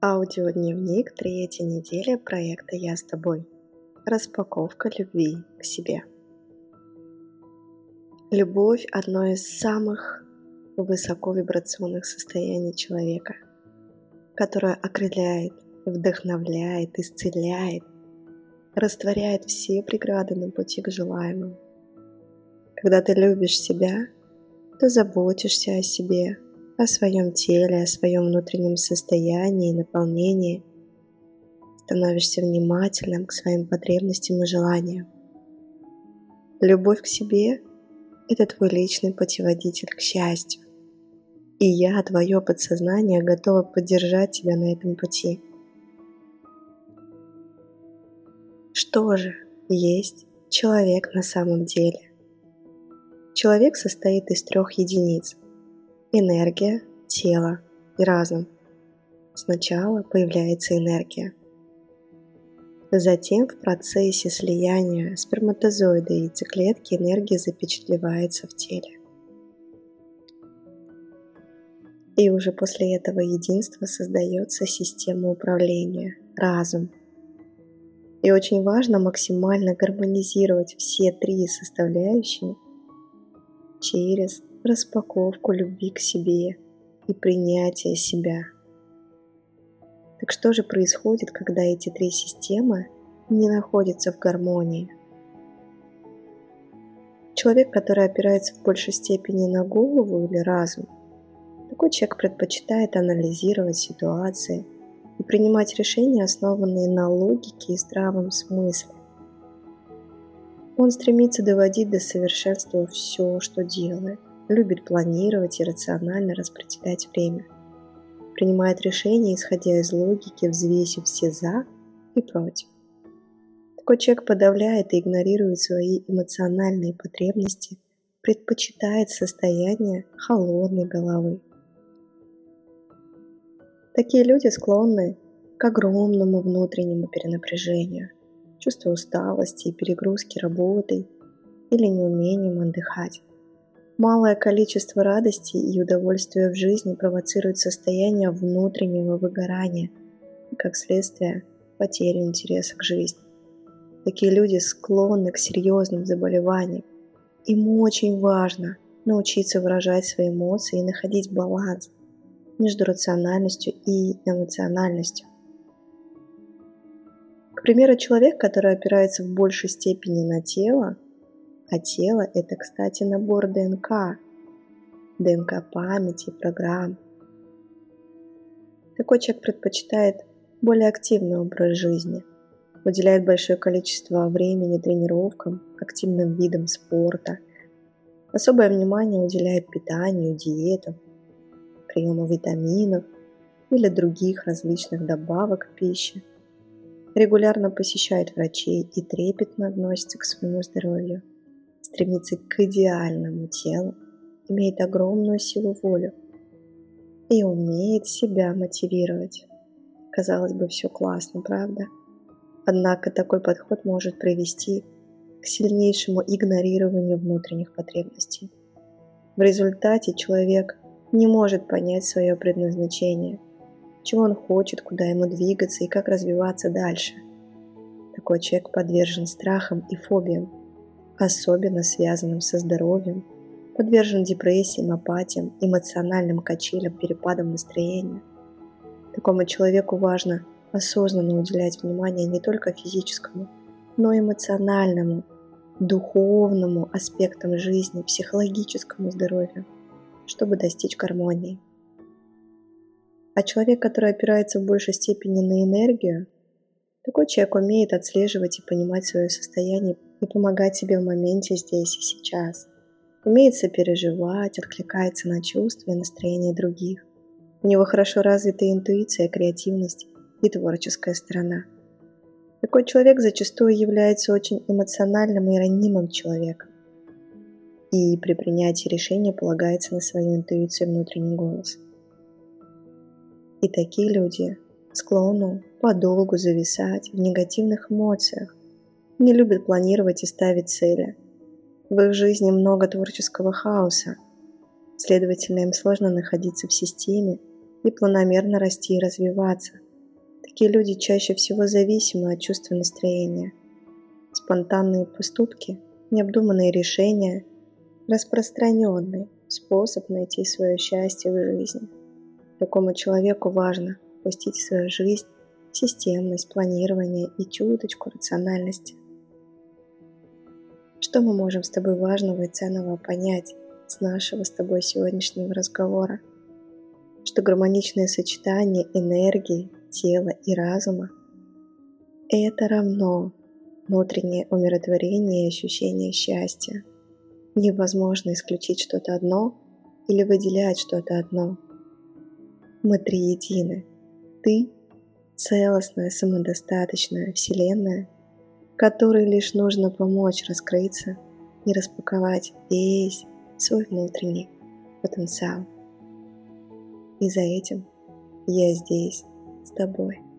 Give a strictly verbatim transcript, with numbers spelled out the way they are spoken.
Аудиодневник третьей недели проекта «Я с тобой». Распаковка любви к себе. Любовь – одно из самых высоковибрационных состояний человека, которое окрыляет, вдохновляет, исцеляет, растворяет все преграды на пути к желаемому. Когда ты любишь себя, то заботишься о себе, о своем теле, о своем внутреннем состоянии и наполнении, становишься внимательным к своим потребностям и желаниям. Любовь к себе – это твой личный путеводитель к счастью, и я, твое подсознание, готова поддержать тебя на этом пути. Что же есть человек на самом деле? Человек состоит из трех единиц – энергия, тело и разум. Сначала появляется энергия. Затем в процессе слияния сперматозоида и яйцеклетки энергия запечатлевается в теле. И уже после этого единства создается система управления – разум. И очень важно максимально гармонизировать все три составляющие через распаковку любви к себе и принятие себя. Так что же происходит, когда эти три системы не находятся в гармонии? Человек, который опирается в большей степени на голову или разум, такой человек предпочитает анализировать ситуации и принимать решения, основанные на логике и здравом смысле. Он стремится доводить до совершенства все, что делает, любит планировать и рационально распределять время, принимает решения, исходя из логики, взвесив все «за» и «против». Такой человек подавляет и игнорирует свои эмоциональные потребности, предпочитает состояние холодной головы. Такие люди склонны к огромному внутреннему перенапряжению, чувству усталости и перегрузки работой или неумением отдыхать. Малое количество радости и удовольствия в жизни провоцирует состояние внутреннего выгорания и, как следствие, потерю интереса к жизни. Такие люди склонны к серьезным заболеваниям. Им очень важно научиться выражать свои эмоции и находить баланс между рациональностью и эмоциональностью. К примеру, человек, который опирается в большей степени на тело, а тело – это, кстати, набор ДНК, ДНК памяти, программ. Такой человек предпочитает более активный образ жизни, уделяет большое количество времени тренировкам, активным видам спорта, особое внимание уделяет питанию, диетам, приему витаминов или других различных добавок к пище, регулярно посещает врачей и трепетно относится к своему здоровью, стремится к идеальному телу, имеет огромную силу воли и умеет себя мотивировать. Казалось бы, все классно, правда? Однако такой подход может привести к сильнейшему игнорированию внутренних потребностей. В результате человек не может понять свое предназначение, чего он хочет, куда ему двигаться и как развиваться дальше. Такой человек подвержен страхам и фобиям, особенно связанным со здоровьем, подвержен депрессиям, апатиям, эмоциональным качелям, перепадам настроения. Такому человеку важно осознанно уделять внимание не только физическому, но и эмоциональному, духовному аспектам жизни, психологическому здоровью, чтобы достичь гармонии. А человек, который опирается в большей степени на энергию, такой человек умеет отслеживать и понимать свое состояние и помогать себе в моменте здесь и сейчас. Умеет сопереживать, откликается на чувства и настроения других. У него хорошо развита интуиция, креативность и творческая сторона. Такой человек зачастую является очень эмоциональным и ранимым человеком. И при принятии решения полагается на свою интуицию и внутренний голос. И такие люди склонны подолгу зависать в негативных эмоциях, не любят планировать и ставить цели. В их жизни много творческого хаоса, следовательно, им сложно находиться в системе и планомерно расти и развиваться, Такие люди чаще всего зависимы от чувства настроения. Спонтанные поступки, необдуманные решения – распространенный способ найти свое счастье в жизни. Такому человеку важно впустить в свою жизнь системность, планирование и чуточку рациональности. Что мы можем с тобой важного и ценного понять с нашего с тобой сегодняшнего разговора? Что гармоничное сочетание энергии, тела и разума – это равно внутреннее умиротворение и ощущение счастья. Невозможно исключить что-то одно или выделять что-то одно. Мы триедины. Ты – целостная, самодостаточная вселенная, которой лишь нужно помочь раскрыться и распаковать весь свой внутренний потенциал. И за этим я здесь с тобой.